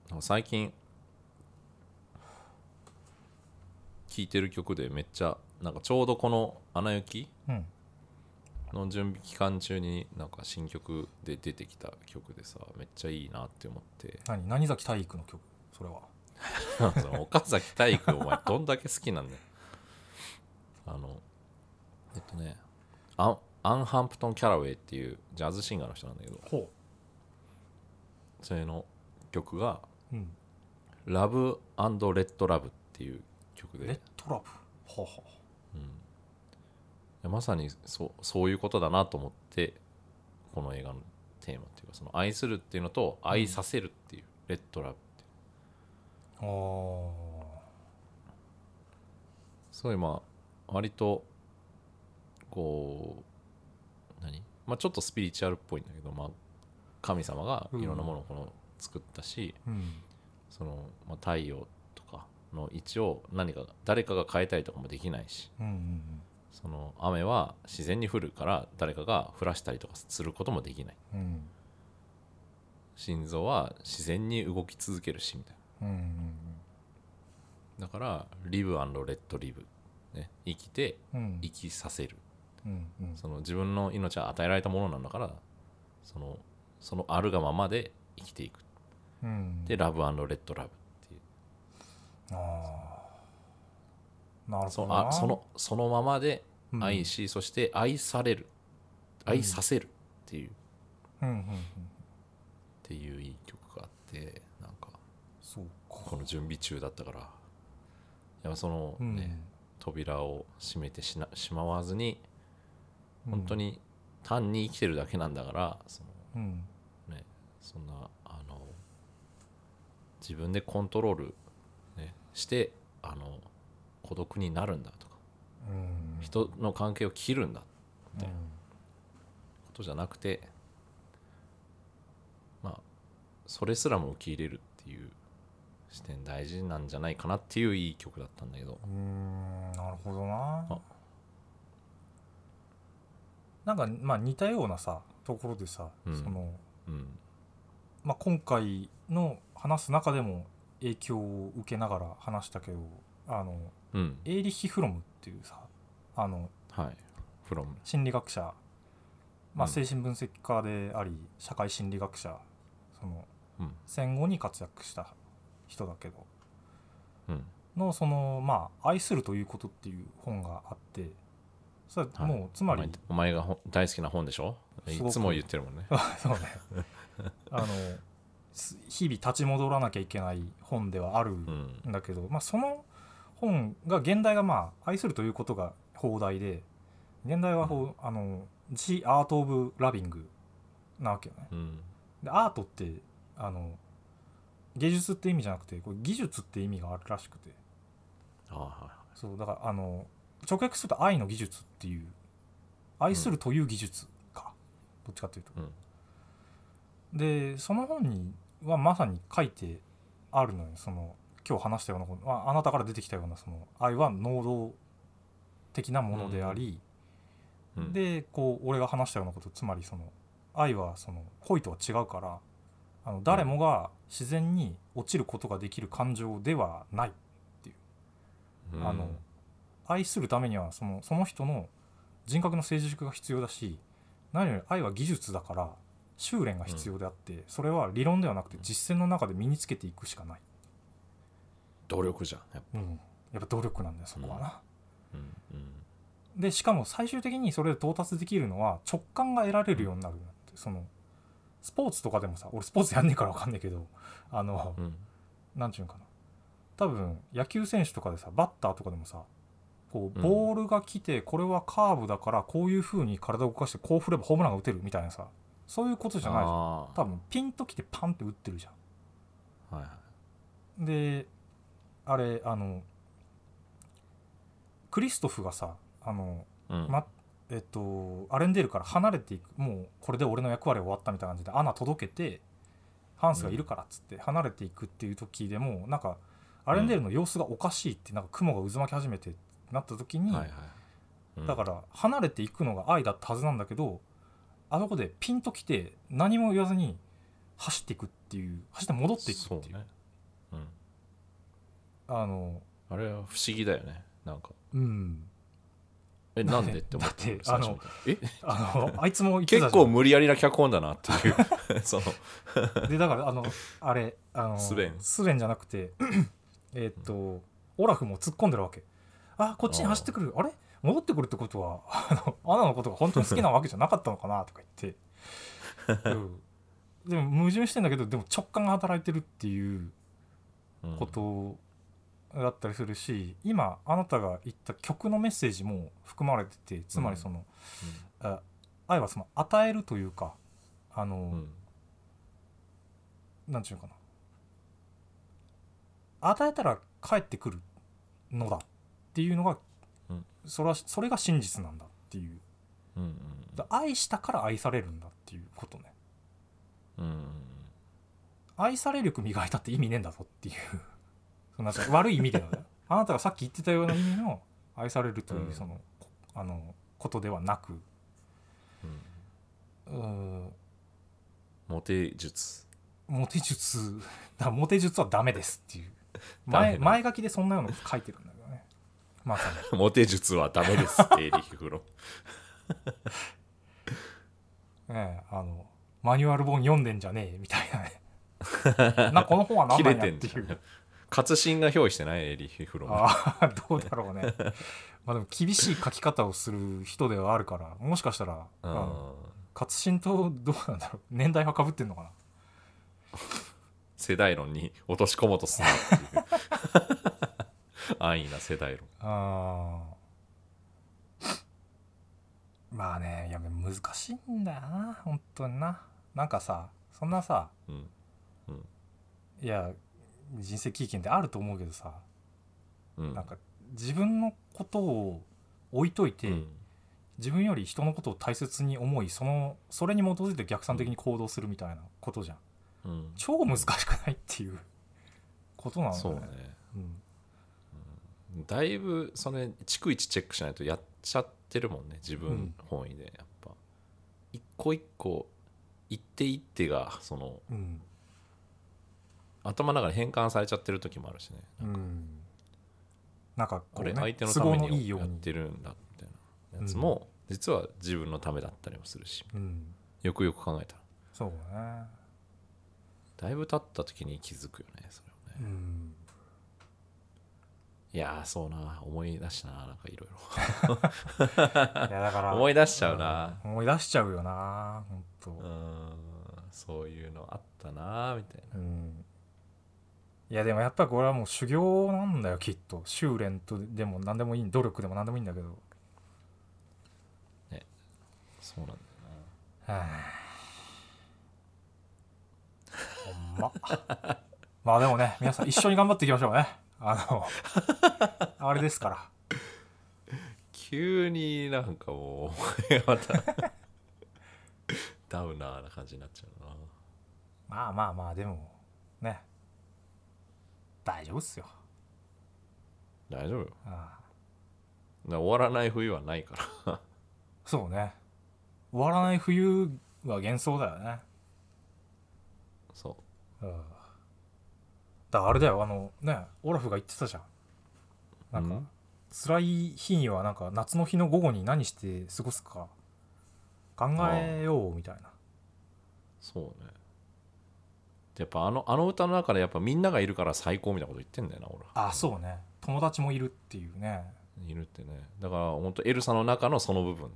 最近聴いてる曲でめっちゃなんかちょうどこのアナ雪の準備期間中になんか新曲で出てきた曲でさ、めっちゃいいなって思って。 何崎体育の曲それはその岡崎体育お前どんだけ好きなんだよ。あのアンハンプトン・キャラウェイっていうジャズシンガーの人なんだけど、 ほそれの曲がう、うん、 ラブ&レッドラブっていう曲で、 レッドラブ、ほうほいやまさにそういうことだなと思って、この映画のテーマっていうか、その愛するっていうのと愛させるっていう、レッドラブっていう、すごいまあ割とこうちょっとスピリチュアルっぽいんだけど、神様がいろんなものを作ったし、その太陽とかの位置を誰かが変えたりとかもできないし、その雨は自然に降るから誰かが降らしたりとかすることもできない、心臓は自然に動き続けるしみたいな、だからリブ&レッドリブ、ね、生きて生きさせる、その自分の命は与えられたものなんだから、そのあるがままで生きていく、でラブ&レッドラブっていう、 なるほどな。 そのままで愛し、そして愛される、愛させるっていう、っていういい曲があって、なんかそうか、 この準備中だったから、やっぱそのね、扉を閉めてしまわずに、本当に単に生きてるだけなんだから、そのね、そんな自分でコントロール、ね、して孤独になるんだとか、人の関係を切るんだみたいなことじゃなくて、それすらも受け入れるっていう視点大事なんじゃないかなっていういい曲だったんだけど。 なるほどな。なんか似たようなさところでさ、今回の話す中でも影響を受けながら話したけど、エーリッヒ・フロムっていうさ、 フロム心理学者、精神分析家であり社会心理学者、戦後に活躍した人だけど、の愛するということっていう本があって、それはもうつまりお前が大好きな本でしょ、いつも言ってるもんね。 そうね日々立ち戻らなきゃいけない本ではあるんだけど、その本が現代が愛するということが放題で、現代はThe Art of Loving なわけよね、でアートって芸術って意味じゃなくて、これ技術って意味があるらしくて、そうだから直訳すると愛の技術っていう、愛するという技術か、どっちかっていうと、でその本にはまさに書いてあるのよ。その今日話したようなこと、あなたから出てきたような、その愛は能動的なものであり、でこう俺が話したようなこと、つまりその愛はその恋とは違うから、誰もが自然に落ちることができる感情ではないっていう、愛するためにはその人の人格の成熟が必要だし、何より愛は技術だから修練が必要であって、それは理論ではなくて実践の中で身につけていくしかない。 努力じゃんやっぱ努力なんだよそこはな、でしかも最終的にそれで到達できるのは直感が得られるようになるって、そのスポーツとかでもさ、俺スポーツやんねえから分かんないけど、なんちゅうのかな、多分野球選手とかでさ、バッターとかでもさ、こうボールが来て、これはカーブだからこういう風に体を動かしてこう振ればホームランが打てるみたいなさ、そういうことじゃないじゃん。多分ピンと来てパンって打ってるじゃん、であれクリストフがさアレンデールから離れていく、もうこれで俺の役割終わったみたいな感じでアナ届けて、ハンスがいるからっつって離れていくっていう時でも、なんかアレンデールの様子がおかしいって、なんか雲が渦巻き始めてなった時に、だから離れていくのが愛だったはずなんだけど、あそこでピンと来て何も言わずに走っていくっていう、走って戻っていくっていう、 あのあれは不思議だよねなんかうんなんでって思ってだってあいつも言ってたじゃん結構無理やりな脚本だなっていうそのでだからあれスベンスベンじゃなくてオラフも突っ込んでるわけ。こっちに走ってくる、あれ戻ってくるってことはアナのことが本当に好きなわけじゃなかったのかなとか言って、でも矛盾してんだけどでも直感が働いてるっていうことだったりするし、今あなたが言った曲のメッセージも含まれてて、つまりその、愛はその与えるというかなんていうのかな、与えたら返ってくるのだっていうのが、それが真実なんだっていう、愛したから愛されるんだっていうことね、愛され力磨いたって意味ねえんだぞっていうそんな悪い意味でのねあなたがさっき言ってたような意味の愛されるというその、ことではなく、 モテ術モテ術はダメですっていう前書きでそんなようなこと書いてるんだけどね、まさにモテ術はダメですってエリヒフロねえマニュアル本読んでんじゃねえみたいなねこの本は何なんやっていう活心が表してないエリヒフロどうだろうねまあでも厳しい書き方をする人ではあるから、もしかしたら活心とどうなんだろう、年代はかぶってんのかな世代論に落とし込もうとするっていう安易な世代論。 まあね、いや難しいんだよな本当にな。なんかさ、そんなさ、いや人生経験ってあると思うけどさ、なんか自分のことを置いといて、自分より人のことを大切に思い、それに基づいて逆算的に行動するみたいなことじゃん、超難しくないっていうことなのね。 そうね、だいぶそれ逐一チェックしないとやっちゃってるもんね、自分本位で。やっぱ一個一個一手一手がその、頭の中で変換されちゃってる時もあるしね。 なんかこう、ね、 これ相手のためにやってるんだみたいなやつも、実は自分のためだったりもするし、よくよく考えたらそうね、 だいぶ経った時に気づくよねそれをね。いやそうな、思い出したな、なんかいろいろいやだから思い出しちゃうな、 思い出しちゃうよな本当。 そういうのあったなみたいな。 いやでもやっぱりこれはもう修行なんだよきっと。修練とでも何でもいい、努力でも何でもいいんだけどね。そうなんだよな。 ほんままあでもね、皆さん一緒に頑張っていきましょうね。あれですから急になんかもうまたダウナーな感じになっちゃうな。 まあまあまあでもね、大丈夫っすよ。 大丈夫よ。終わらない冬はないからそうね、終わらない冬は幻想だよね。 そう、 だからあれだよ、ね、オラフが言ってたじゃん。なんか辛い日にはなんか夏の日の午後に何して過ごすか考えようみたいな。 そうね。やっぱあの歌の中でやっぱみんながいるから最高みたいなこと言ってんだよな俺。 そうね、友達もいるっていうね。 いるってね。だから本当エルサの中のその部分、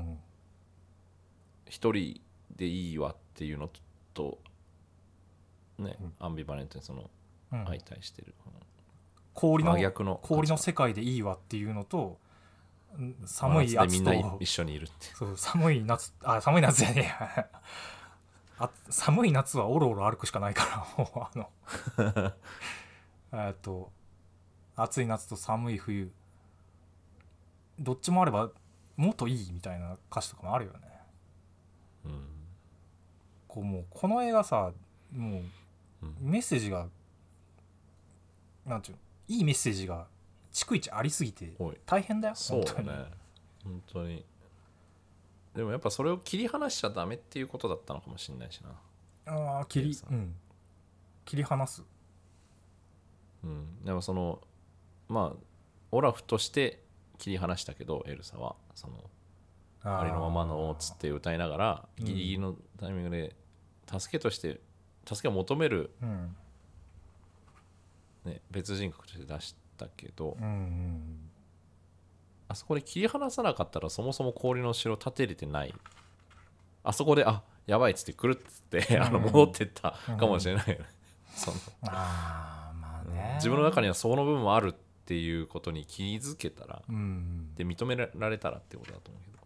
一人でいいわっていうのとね、アンビバレントにその相対してる、 氷の世界でいいわっていうのと、寒い夏とみんな一緒にいるって。 そう寒い夏じゃねえ寒い夏はおろおろ歩くしかないからもう暑い夏と寒い冬どっちもあればもっといいみたいな歌詞とかもあるよね。もうこの映画さ、もうメッセージがなんていうの、いいメッセージが逐一ありすぎて大変だよ。 そうだね、本当に。でもやっぱそれを切り離しちゃダメっていうことだったのかもしれないしな。 切り離す。 でもそのまあオラフとして切り離したけどエルサはそのありのままのをつって歌いながらギリギリのタイミングで助けとして助けを求める、ね、別人格として出したけど、あそこで切り離さなかったらそもそも氷の城建てれてない。あそこでやばいっつってくるっつって戻ってったかもしれないよね、そのまあね、 自分の中にはその部分もあるっていうことに気づけたら、で認められたらってことだと思うけど、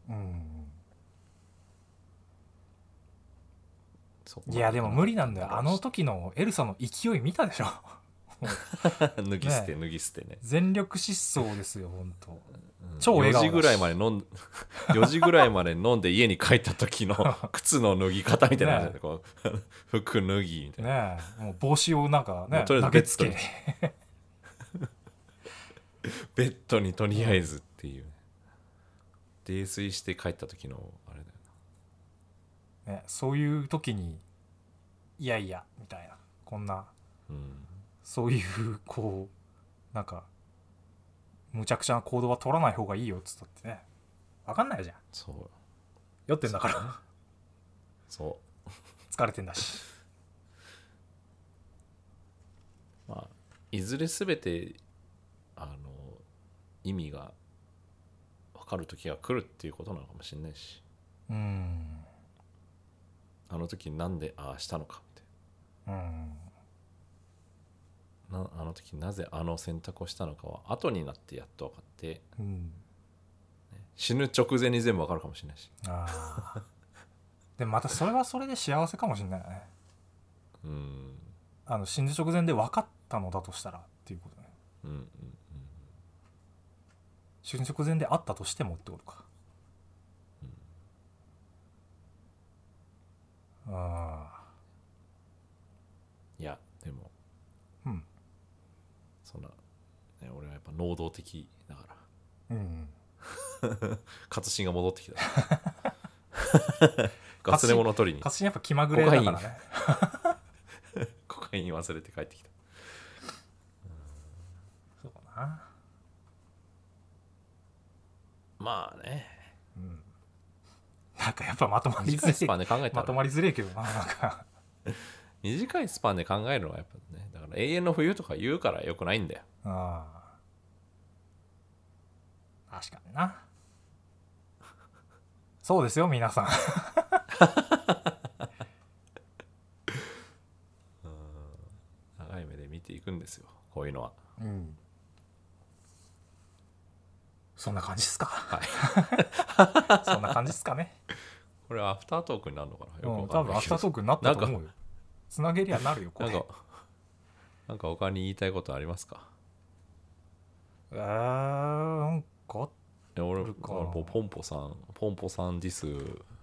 いやでも無理なんだよ。あの時のエルサの勢い見たでしょ脱ぎ捨て脱ぎ捨てね、 全力疾走ですよ本当、超笑顔だし 4時ぐらいまで4時ぐらいまで飲んで家に帰った時の靴の脱ぎ方みたいな感じで、こう服脱ぎみたいなねえ、もう帽子をなんかねとりあえず投げつけベッドにとりあえずっていう、泥酔して帰った時のあれだよね、そういう時にいやいやみたいな、こんな、そういうこうなんかむちゃくちゃな行動は取らない方がいいよっつったってね、分かんないじゃん。 そう酔ってんだからそう疲れてんだし、 まあいずれ全て意味が分かる時が来るっていうことなのかもしれないし、あの時なんでしたのかって、あの時なぜあの選択をしたのかは後になってやっと分かって、死ぬ直前に全部分かるかもしれないし、 でもまたそれはそれで幸せかもしれないよね。死ぬ直前で分かったのだとしたらっていうことね。死ぬ直前であったとしてもってことか。 いやでもそんな、ね、俺はやっぱ能動的だから、活心が戻ってきたガツネモの取りに活心やっぱ気まぐれだからねコカイン忘れて帰ってきた。 そうかな。 まあね、 なんかやっぱまとまりづれ短いスパンで考えたらまとまりづれえけどな、なんか短いスパンで考えるのはやっぱね、だから永遠の冬とか言うからよくないんだよ。 確かにな。そうですよ皆さん長い目で見ていくんですよこういうのは。 そんな感じっすか。 はいそんな感じっすかね。 これはアフタートークになるのかな、よくわか多んないけど、 分アフタートークになったと思うよ。つなげりゃなるよこれ。 なんか他に言いたいことありますか。 なんか俺ポンポさんディス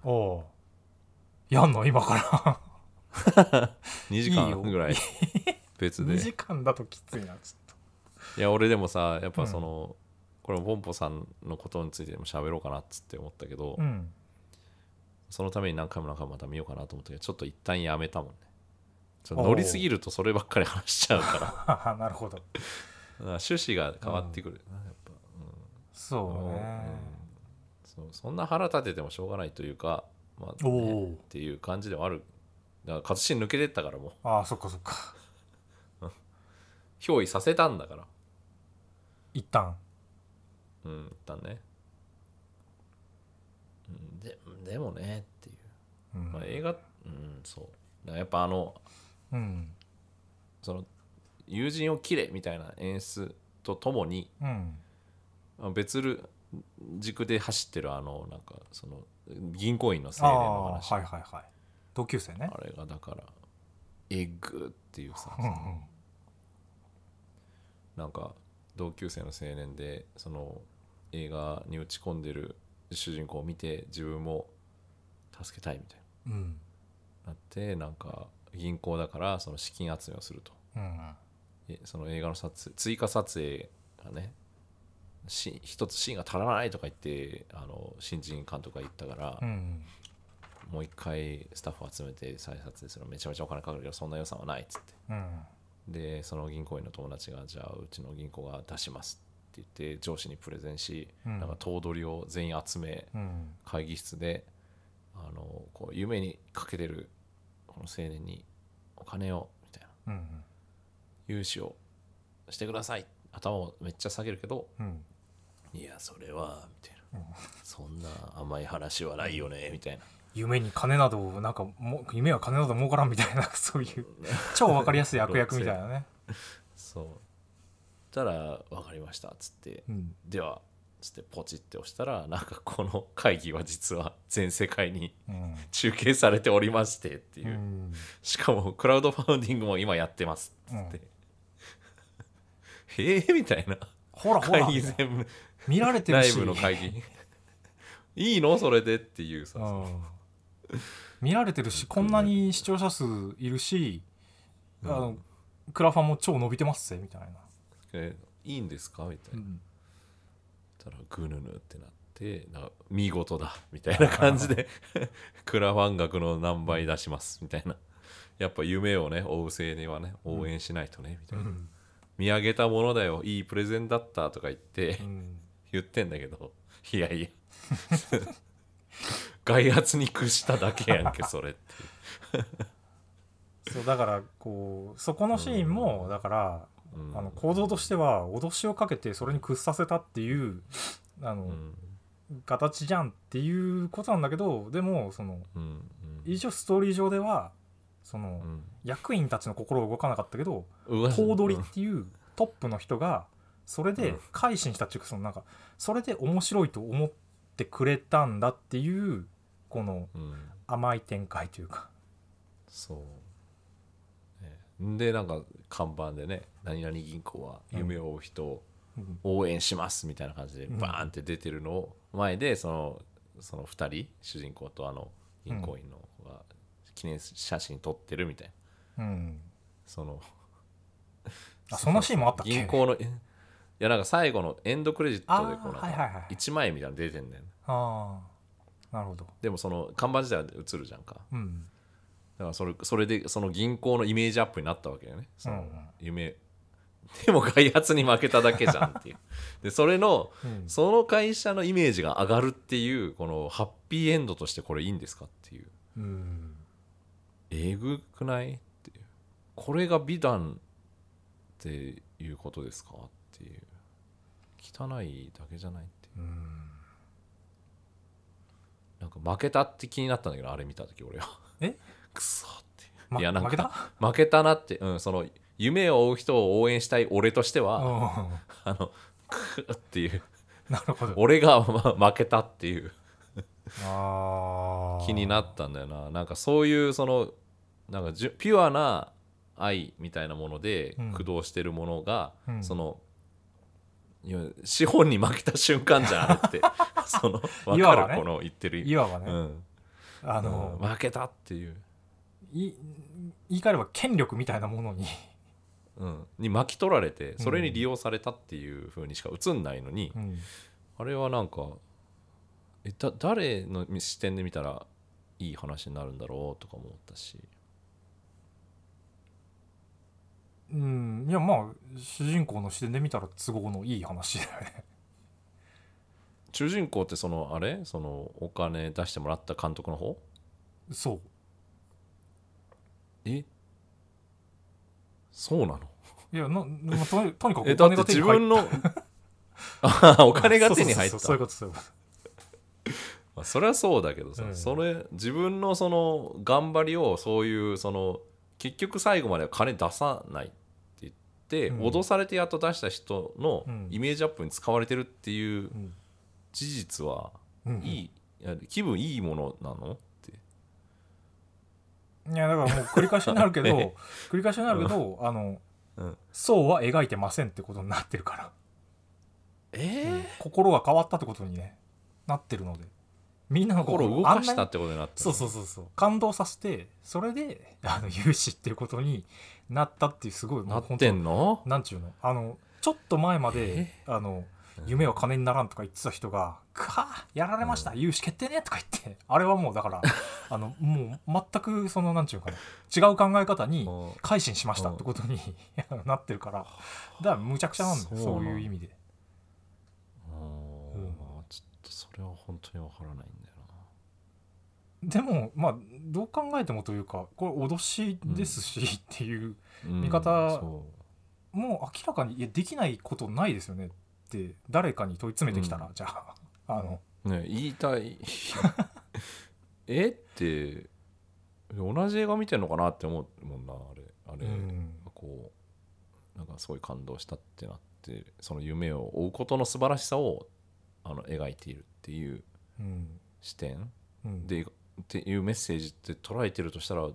やんの今から 2時間ぐらい別で 2時間だときついなちょっと。いや俺でもさやっぱその、これポンポさんのことについても喋ろうかなっつって思ったけど、そのために何回もまた見ようかなと思ったけど、ちょっと一旦やめたもんね。ちょっと乗りすぎるとそればっかり話しちゃうからなるほど。 趣旨が変わってくる、やっぱ、 そうね、 そんな腹立ててもしょうがないというか、っていう感じではある。だから勝新抜けてったからもうそっかそっか憑依させたんだから一旦一旦ね、でもねっていう、映画そうだからやっぱその友人を切れみたいな演出とともに、別軸で走ってるなんかその銀行員の青年の話、 同級生ね。 あれがだからエグっていうさ、なんか同級生の青年でその映画に打ち込んでる主人公を見て自分も助けたいみたいな、なってなんか銀行だからその資金集めをすると、その映画の追加撮影がね一つシーンが足らないとか言って新人監督が言ったから、もう一回スタッフを集めて再撮影するのめちゃめちゃお金かかるけどそんな予算はないっつって、 でその銀行員の友達がじゃあうちの銀行が出しますって言って上司にプレゼンし、なんか頭取を全員集め、会議室でこう夢にかけてるこの青年にお金をみたいな、融資をしてください、頭をめっちゃ下げるけど、いやそれはみたいな、そんな甘い話はないよねみたいな、 夢に金などなんか夢は金など儲からんみたいなそういう超わかりやすい悪役みたいなねそうたら分かりましたっつって、ではつってポチって押したらなんかこの会議は実は全世界に中継されておりましてっていう、しかもクラウドファウンディングも今やってますっつって、へえみたいな、 ほらほら会議全部見られてるし内部の会議いいのそれでっていうさ、 見られてるしこんなに視聴者数いるし、クラファンも超伸びてますぜみたいな、 いいんですかみたいな、たらぐぬぬってなってなんか見事だみたいな感じでクラファン額の何倍出しますみたいな、やっぱ夢をね追う青年はね応援しないとねみたいな、見上げたものだよいいプレゼンだったとか言って、言ってんだけど、いやいや外圧に屈しただけやんけそれってそうだからこうそこのシーンもだから、構造としては脅しをかけてそれに屈させたっていう形じゃんっていうことなんだけど、でもその、一応ストーリー上ではその、役員たちの心を動かなかったけど頭取っていうトップの人がそれで改心したっていうか、そのなんかそれで面白いと思ってくれたんだっていうこの甘い展開というか、 そう、ね、でなんか看板でね何々銀行は夢を追う人を応援しますみたいな感じでバーンって出てるのを前でその2人主人公と銀行員の子が記念写真撮ってるみたいな、そのシーンもあったっけ、 銀行のいやなんか最後のエンドクレジットでこうなんか1枚みたいなの出てんだよね。 なるほど。 でもその看板自体は映るじゃんか、だからそれでその銀行のイメージアップになったわけよね、その夢、でも外圧に負けただけじゃんっていうでその会社のイメージが上がるっていうこのハッピーエンドとしてこれいいんですかっていう、えぐくないっていう、これが美談っていうことですかっていう、汚いだけじゃないっていう、なんか負けたって気になったんだけど、あれ見た時俺はくそって、いやなんか負けたなって、その夢を追う人を応援したい俺としてはクーっていう、 なるほど、 俺が負けたっていう気になったんだよな。なんかそういうそのなんかピュアな愛みたいなもので駆動してるものが、その資本に負けた瞬間じゃんあれってその分かる、この言ってるいわばね、 負けたっていう、 言い換えれば権力みたいなものに巻き取られてそれに利用されたっていう風にしか映んないのに、あれはなんか誰の視点で見たらいい話になるんだろうとか思ったし、 いやまあ主人公の視点で見たら都合のいい話だよね主人公ってそのお金出してもらった監督の方？ そうそうなの？ いやとにかくお金が手に入ったお金が手に入った、 そういうことそれはそうだけどさ、それ自分のその頑張りをそういうその結局最後までは金出さないって言って、脅されてやっと出した人のイメージアップに使われてるっていう事実はいい、気分いいものなのって。 いやだからもう繰り返しになるけどそうは描いてませんってことになってるから、心が変わったってことにねなってるので、みんなの心を動かしたってことになってる。 そう感動させて、それで融資っていうことになったっていう、すごいなってんの？ なんちゅうの、ちょっと前まで夢は金にならんとか言ってた人がやられました、融資決定ねとか言って、あれはもうだからもう全くそのなんていうかな違う考え方にうん改心しましたってことになってるから、だからむちゃくちゃなんだよ、 そうなんだそういう意味で。うんちょっとそれは本当にわからないんだよでもまあどう考えてもというかこれ脅しですし、っていうな。 見方そもう明らかにいやできないことないですよねって誰かに問い詰めてきたら、 うんじゃあね、言いたいって同じ映画見てんのかなって思うもんな、あれ、こうなんかすごい感動したってなって、その夢を追うことの素晴らしさを描いているっていう視点でっていうメッセージって捉えてるとしたら、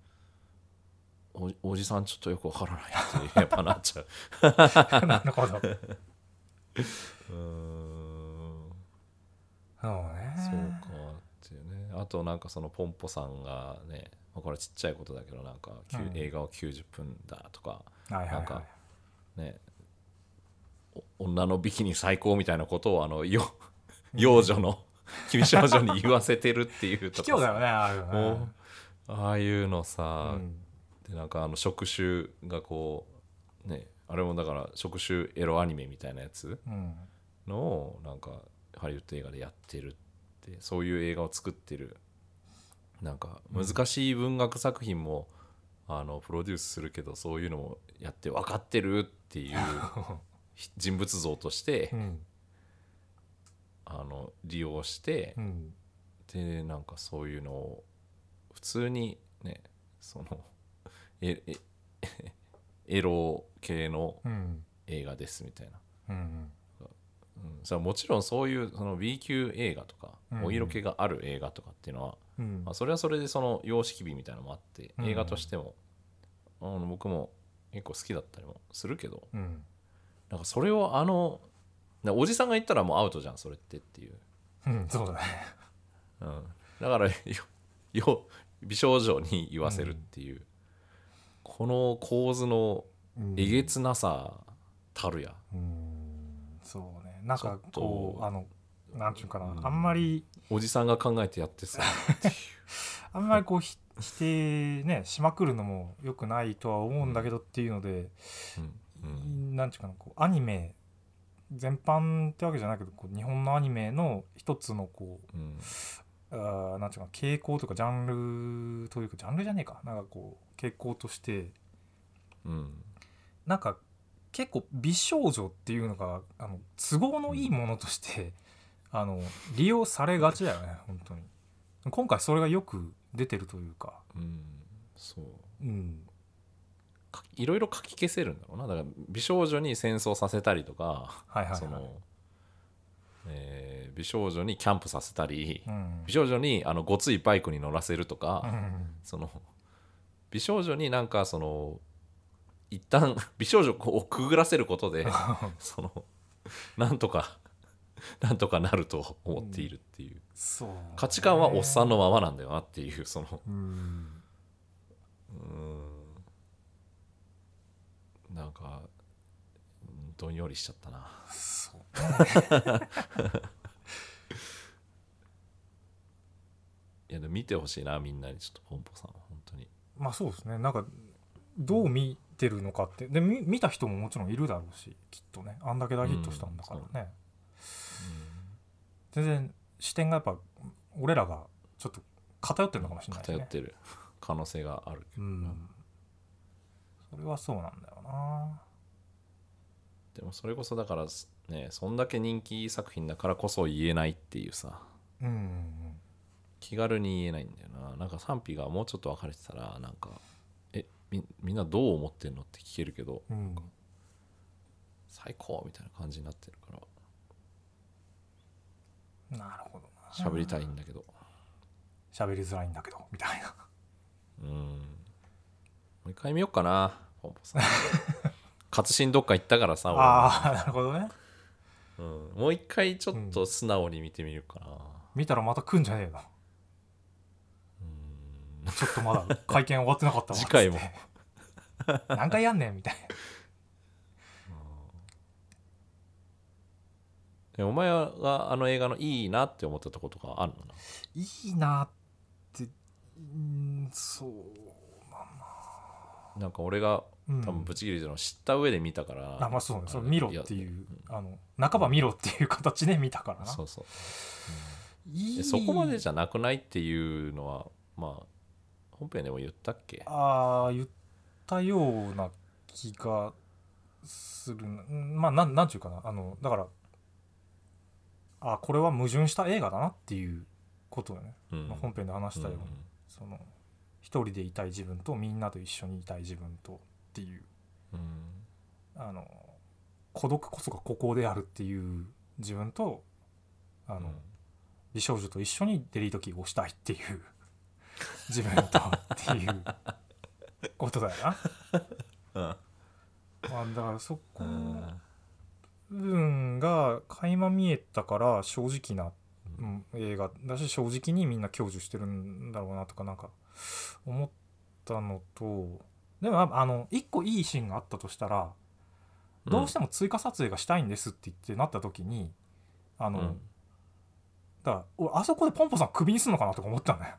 おじさんちょっとよくわからないってやっぱなっちゃうなるほど。そうね。 そうかっていうね。あとなんかそのポンポさんがね、これはちっちゃいことだけどなんか、映画は90分だとか、なんかね、女のビキニ最高みたいなことを幼女の君少女に言わせてるっていうと卑怯だよね、ああいうのね。 もうああいうのさ、でなんか触手がこうね、あれもだから触手エロアニメみたいなやつのをなんかハリウッド映画でやってるって、そういう映画を作ってるなんか難しい文学作品もプロデュースするけど、そういうのもやって分かってるっていう人物像として、利用して、でなんかそういうのを普通にね、そのエロ系の映画ですみたいな、それはもちろんそういうその B 級映画とか、お色気がある映画とかっていうのは、まあ、それはそれでその様式美みたいなのもあって、映画としても、僕も結構好きだったりもするけど、なんかそれをおじさんが言ったらもうアウトじゃんそれってっていう、 そうだね。 だから美少女に言わせるっていう、この構図のえげつなさたるや。 そうね、なんかこうなんていうかな、あんまりおじさんが考えてやってさっていうあんまりこう否定ねしまくるのも良くないとは思うんだけどっていうので、なんていうかな、こうアニメ全般ってわけじゃないけど、こう日本のアニメの一つのこう、なんていうか傾向というかジャンルというかジャンルじゃねえかなんかこう傾向として、なんか結構美少女っていうのが都合のいいものとして、利用されがちだよね本当に。今回それがよく出てるというか、 そう、いろいろ書き消せるんだろうな。だから美少女に戦争させたりとか、美少女にキャンプさせたり、美少女にごついバイクに乗らせるとか、その美少女になんかその一旦美少女をくぐらせることでそのなんとかなると思っているっていう、価値観はおっさんのままなんだよなっていう、そのなんかどんよりしちゃったな。いやでも見てほしいな、みんなに。ちょっとポンポさんは本当に。 まあそうですね、なんかどう見てるのかってで見た人ももちろんいるだろうし、きっとね、あんだけ大ヒットしたんだからね、全然視点がやっぱ俺らがちょっと偏ってるのかもしれないね。 偏ってる可能性があるけど、 それはそうなんだよな。 でもそれこそだからね、そんだけ人気作品だからこそ言えないっていうさ、気軽に言えないんだよな。なんか賛否がもうちょっと分かれてたら、なんかみんなどう思ってんのって聞けるけど、最高みたいな感じになってるから、 なるほどな。喋りたいんだけど喋りづらいんだけどみたいな。 もう一回見よっかな、ポンポさん勝新どっか行ったからさ、 なるほどね、 もう一回ちょっと素直に見てみるかな。 見たらまた来んじゃねえの。ちょっとまだ会見終わってなかったわ次回も何回やんねんみたいな。お前が映画のいいなって思ったとことかあるのな。 いいなってそうなんか俺がうん多分ブチギレてるのを知った上で見たから、 あまあそうねそれ見ろっていうい半ば見ろっていう形で見たからなそうそう、 いいそこまでじゃなくないっていうのはまあ本編でも言ったっけ。 言ったような気がするなまあなんちゅうかなだからこれは矛盾した映画だなっていうことよね、まあ本編で話したように、その一人でいたい自分とみんなと一緒にいたい自分とっていう、孤独こそが孤高であるっていう自分と美少女と一緒にデリートキーを押したいっていう自分とっていうことだよな、まあ、だからそこの部分が垣間見えたから正直な、映画だし正直にみんな享受してるんだろうなとかなんか思ったのと、でも一個いいシーンがあったとしたらどうしても追加撮影がしたいんですって言ってなった時にだから俺あそこでポンポさんクビにすんのかなとか思ったんだよ。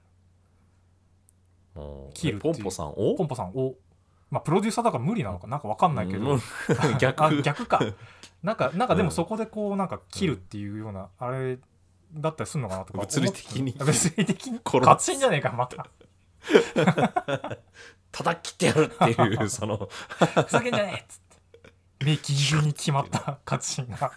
キルっていうポンポさんをまあプロデューサーだから無理なのかなんか分かんないけど、逆かなんかでもそこでこうなんか切るっていうようなあれだったりするのかなとか物理的に勝つんじゃねえかまた叩き切ってやるっていうそのふざけんじゃねえっつってメイキングに決まった勝つシーンが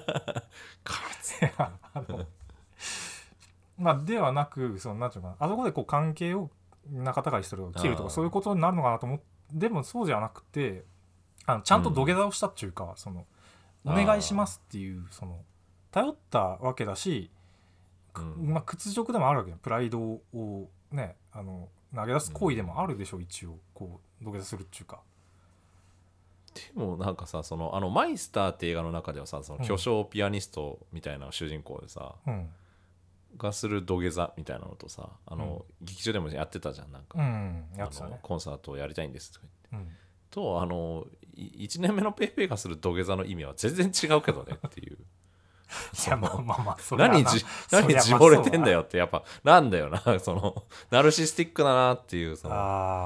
まあではなくそのなんていうかなあそこでこう関係を仲違いするとか切るとかそういうことになるのかなと思ってでもそうじゃなくてちゃんと土下座をしたっていうか、そのお願いしますっていうその頼ったわけだし、まあ屈辱でもあるわけじゃん。プライドをね投げ出す行為でもあるでしょ、一応こう土下座するっていうか。 でもなんかさそのマイスターって映画の中ではさその巨匠ピアニストみたいな主人公でさ、がする土下座みたいなのとさ劇場でもやってたじゃんなんか、 やってたね、 コンサートをやりたいんですとか言って、 うん、 と1年目のペイペイがする土下座の意味は全然違うけどねっていういやまあ何絞れてんだよってやっぱなんだよなそのナルシスティックだなっていうその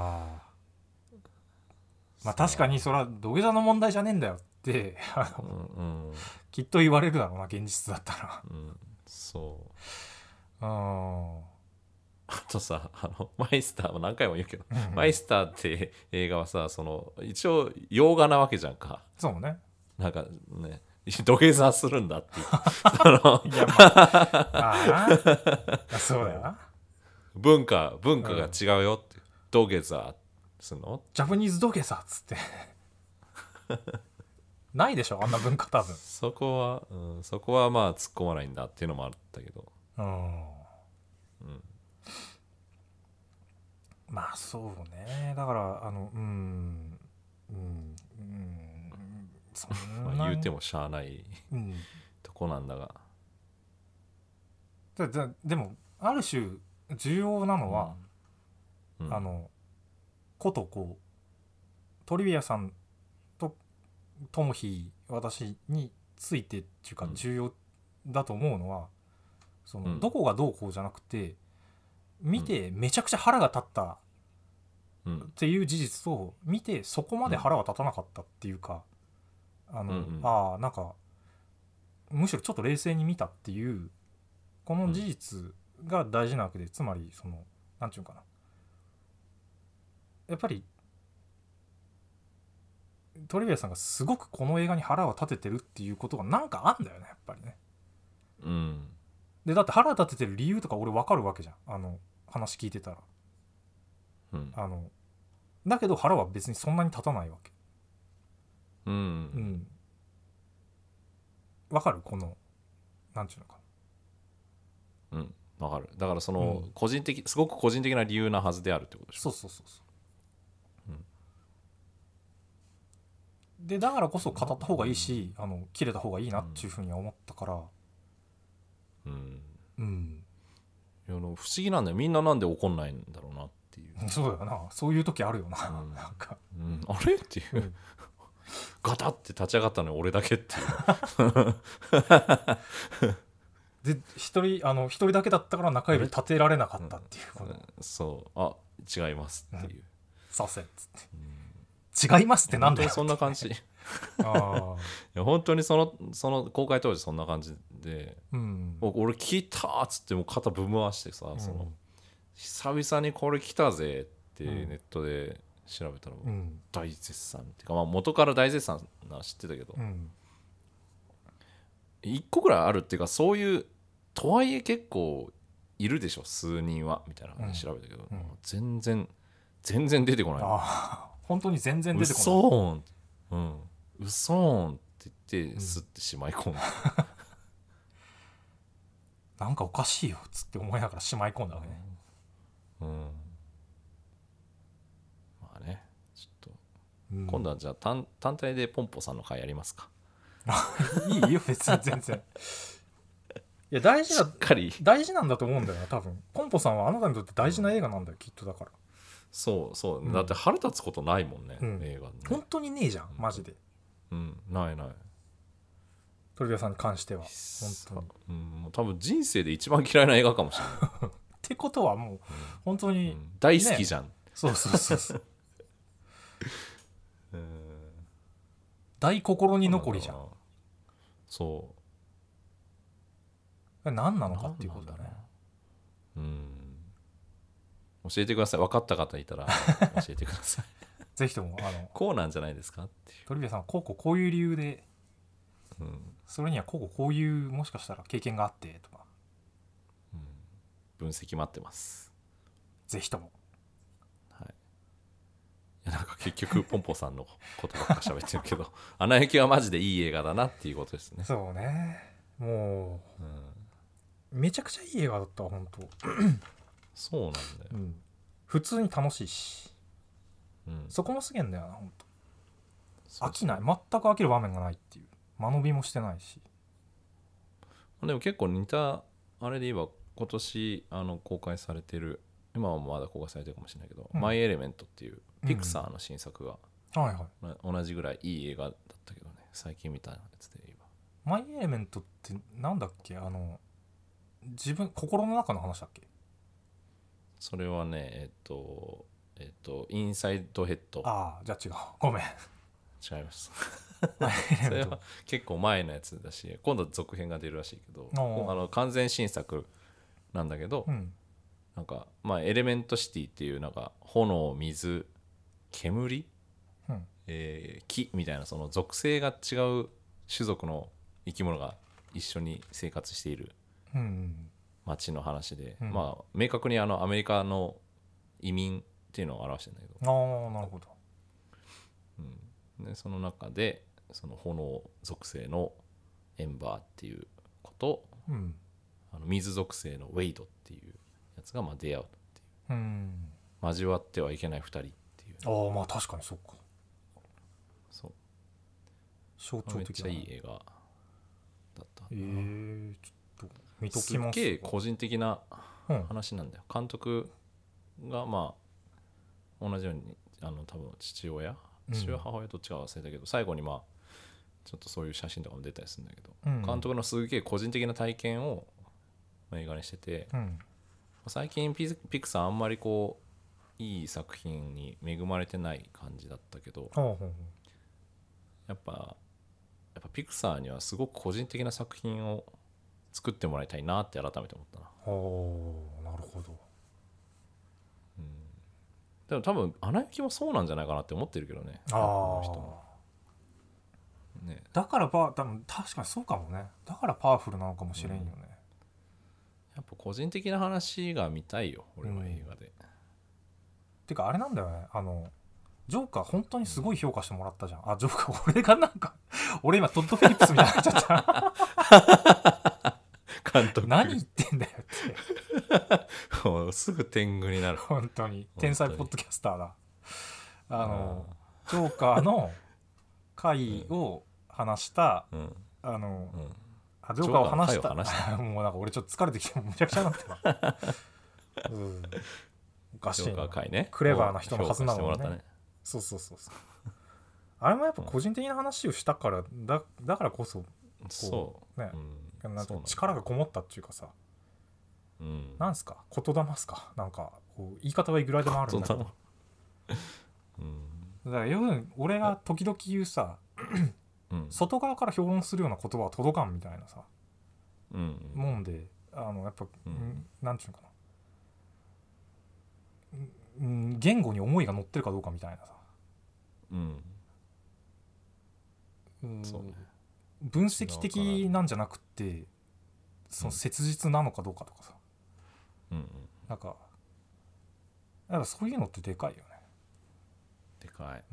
まあ確かにそれは土下座の問題じゃねえんだよってきっと言われるだろうな現実だったら、 そうあとさマイスターも何回も言うけど、マイスターって映画はさその一応洋画なわけじゃんか。 そうねなんかね土下座するんだっていういやそうだよな文化が違うよって、土下座するのジャパニーズ土下座っつってないでしょあんな文化多分そこはまあ突っ込まないんだっていうのもあったけどまあそうねだからそんな言うてもしゃあないとこなんだが、 でもある種重要なのは、ことこうトリビアさんとトモヒ私についてっていうか重要だと思うのは、そのどこがどうこうじゃなくて見てめちゃくちゃ腹が立ったっていう事実と見てそこまで腹は立たなかったっていうかなんかむしろちょっと冷静に見たっていうこの事実が大事なわけで、つまりそのなんていうかなやっぱりトリビアさんがすごくこの映画に腹を立ててるっていうことがなんかあんだよねやっぱりね。でだって腹立ててる理由とか俺分かるわけじゃん話聞いてたら、だけど腹は別にそんなに立たないわけ。分かるこのなんていうのかな。分かる。だからそのすごく個人的な理由なはずであるってことでしょ。 そうでだからこそ語った方がいいし切れた方がいいなっていうふうには思ったからいや不思議なんだよみんななんで怒んないんだろうなっていう。 そうだよなそういう時あるよな、なんか、 あれっていう、ガタって立ち上がったのに俺だけっていうで一人だけだったから中指立てられなかったっていうこのそう違いますっていう、 させっつって違いますってなんだよそんな感じいあや本当にその公開当時そんな感じで、俺聞いたっつってもう肩ぶん回してさ、その久々にこれ来たぜってネットで調べたら大絶賛っていうか、まあ、元から大絶賛なの知ってたけど、1個ぐらいあるっていうか、そういうとはいえ結構いるでしょ数人はみたいな感じで調べたけど、全然出てこない。 本当に全然出てこない。 嘘ーんって言ってスッてしまい込んだ、 なんかおかしいよっつって思いながらしまい込んだわけね。 まあね、ちょっと、今度はじゃあ単体でポンポさんの回やりますか。 いいよ別に全然いや大事なんだと思うんだよな多分。ポンポさんはあなたにとって大事な映画なんだよ、きっと。だからそう、だって腹立つことないもんね、映画ね。 本当にねえじゃんマジで。 ないトリビアさんに関しては本当に、 もう多分人生で一番嫌いな映画かもしれないってことはもう本当に、 大好きじゃん、ね、 そう大心に残りじゃん。そう何なのかっていうことだね。 教えてください。分かった方いたら教えてくださいぜひともこうなんじゃないですかっていう。 トリビアさんはこういう理由で、それにはこういうもしかしたら経験があってとか、 分析待ってます。 ぜひとも。 はい。いやなんか結局ポンポさんのことばっか喋ってるけどアナ雪はマジでいい映画だなっていうことですね。 そうね、もう、めちゃくちゃいい映画だった本当そうなんだよ、 普通に楽しいし、そこもすげえんだよな本当。飽きない、全く飽きる場面がないっていう、間延びもしてないし。 でも結構似たあれで言えば今年公開されてる、今はまだ公開されてるかもしれないけど、マイ・エレメントっていうピクサーの新作が、同じぐらいいい映画だったけどね、最近見たやつで言えば。 マイ・エレメントってなんだっけ、自分心の中の話だっけ。 それはねインサイドヘッド。 じゃあ違う、ごめん違いますそれは結構前のやつだし、今度続編が出るらしいけど、完全新作なんだけど、なんかまあエレメントシティっていうなんか炎、水、煙、木みたいなその属性が違う種族の生き物が一緒に生活している街の話で、まあ明確にアメリカの移民っていうのを表してるんだけど。 なるほど。 でその中でその炎属性のエンバーっていう子と、水属性のウェイドっていうやつがまあ出会うっていう、交わってはいけない2人っていう。 まあ確かにそうか。 そう象徴的な、 めっちゃいい映画だった。 ちょっと見ときます。 すっげえ個人的な話なんだよ、監督がまあ同じように多分父親母親どっちか忘れたけど、最後にまあちょっとそういう写真とかも出たりするんだけど、監督のすげえ個人的な体験を映画にしてて、最近ピクサーあんまりこういい作品に恵まれてない感じだったけど、やっぱピクサーにはすごく個人的な作品を作ってもらいたいなって改めて思ったな。 なるほど。 でも多分アナ雪もそうなんじゃないかなって思ってるけどね。人ね、 だから多分確かにそうかもね。だからパワフルなのかもしれんよね。 やっぱ個人的な話が見たいよ俺は映画で。 てかあれなんだよね、ジョーカー本当にすごい評価してもらったじゃん。ジョーカー俺がなんか俺今トッド・フィリップスみたいになっちゃった監督何言ってんだよってもうすぐ天狗になる。 本当に天才ポッドキャスターだ。ジョーカーの回を話した、ジョーカーを話したもうなんか俺ちょっと疲れてきてむちゃくちゃになってたおかしいな、ね、クレバーな人のはずなのに ね。そうあれもやっぱ個人的な話をしたからだからこそそうね、 なんか力がこもったっていうかさ、 うん、 なんすか言霊っすか、なんかこう言い方はいくらでもあるんだけど、 うん、 だから要するに俺が時々言うさ、 うん、 外側から評論するような言葉は届かんみたいなさ、 うん、 もんで、やっぱ、 うん、 なんていうのかな、言語に思いが乗ってるかどうかみたいなさ、 うん、 うんそうね、 分析的なんじゃなくてその切実なのかどうかとかさ、 うんうん、 なんかやっぱそういうのってでかいよね。 でかい。 うん。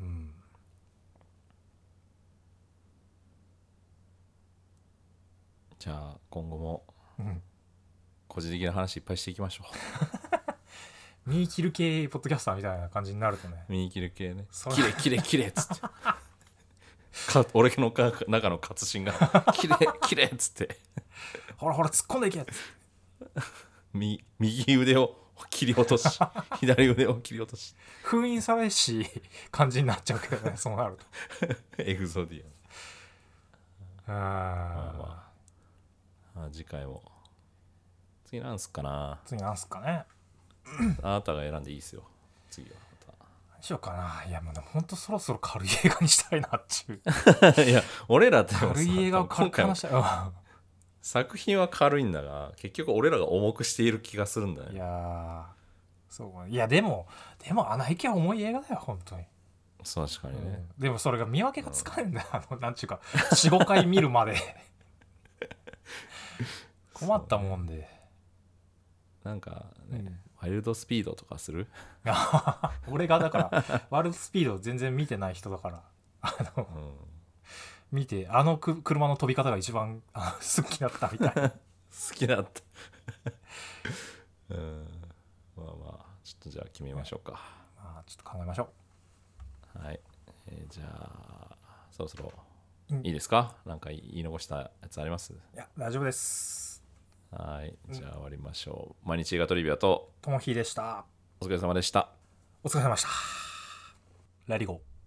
じゃあ今後もうん個人的な話いっぱいしていきましょ見切る系ポッドキャスターみたいな感じになるとね、 う。見切る系ね。 それキレキレキレっつって俺の中の活心がキレキレっつってほらほら突っ込んでいけ右腕を切り落とし左腕を切り落とし封印されし感じになっちゃうけどねそうなるとエグゾディアン。 あ次回も次なんすかな。 次なんすかね。 あなたが選んでいいっすよ次は。 何しようかな。いやもうでもほんとそろそろ軽い映画にしたいなっていういや俺らってもさ軽い映画を軽今回もく話したい。うん作品は軽いんだが結局俺らが重くしている気がするんだよいね。 やそういやでもアナ雪は重い映画だよ本当に。 そう確かにね、 でもそれが見分けがつかないんだよ、なんちゅうか45回見るまで困ったもんで、 なんかね、ワイルドスピードとかする俺がだからワールドスピード全然見てない人だから見て車の飛び方が一番好きだったみたいな好きだったまあまあちょっとじゃあ決めましょうか。 まあちょっと考えましょはい、じゃあそろそろう。 いいですか、なんか言い残したやつあります？ いや大丈夫です。 はい、じゃあ終わりましょう。毎日映画トリビアとともひでした。 お疲れ様でした。 お疲れ様でした。レディゴー。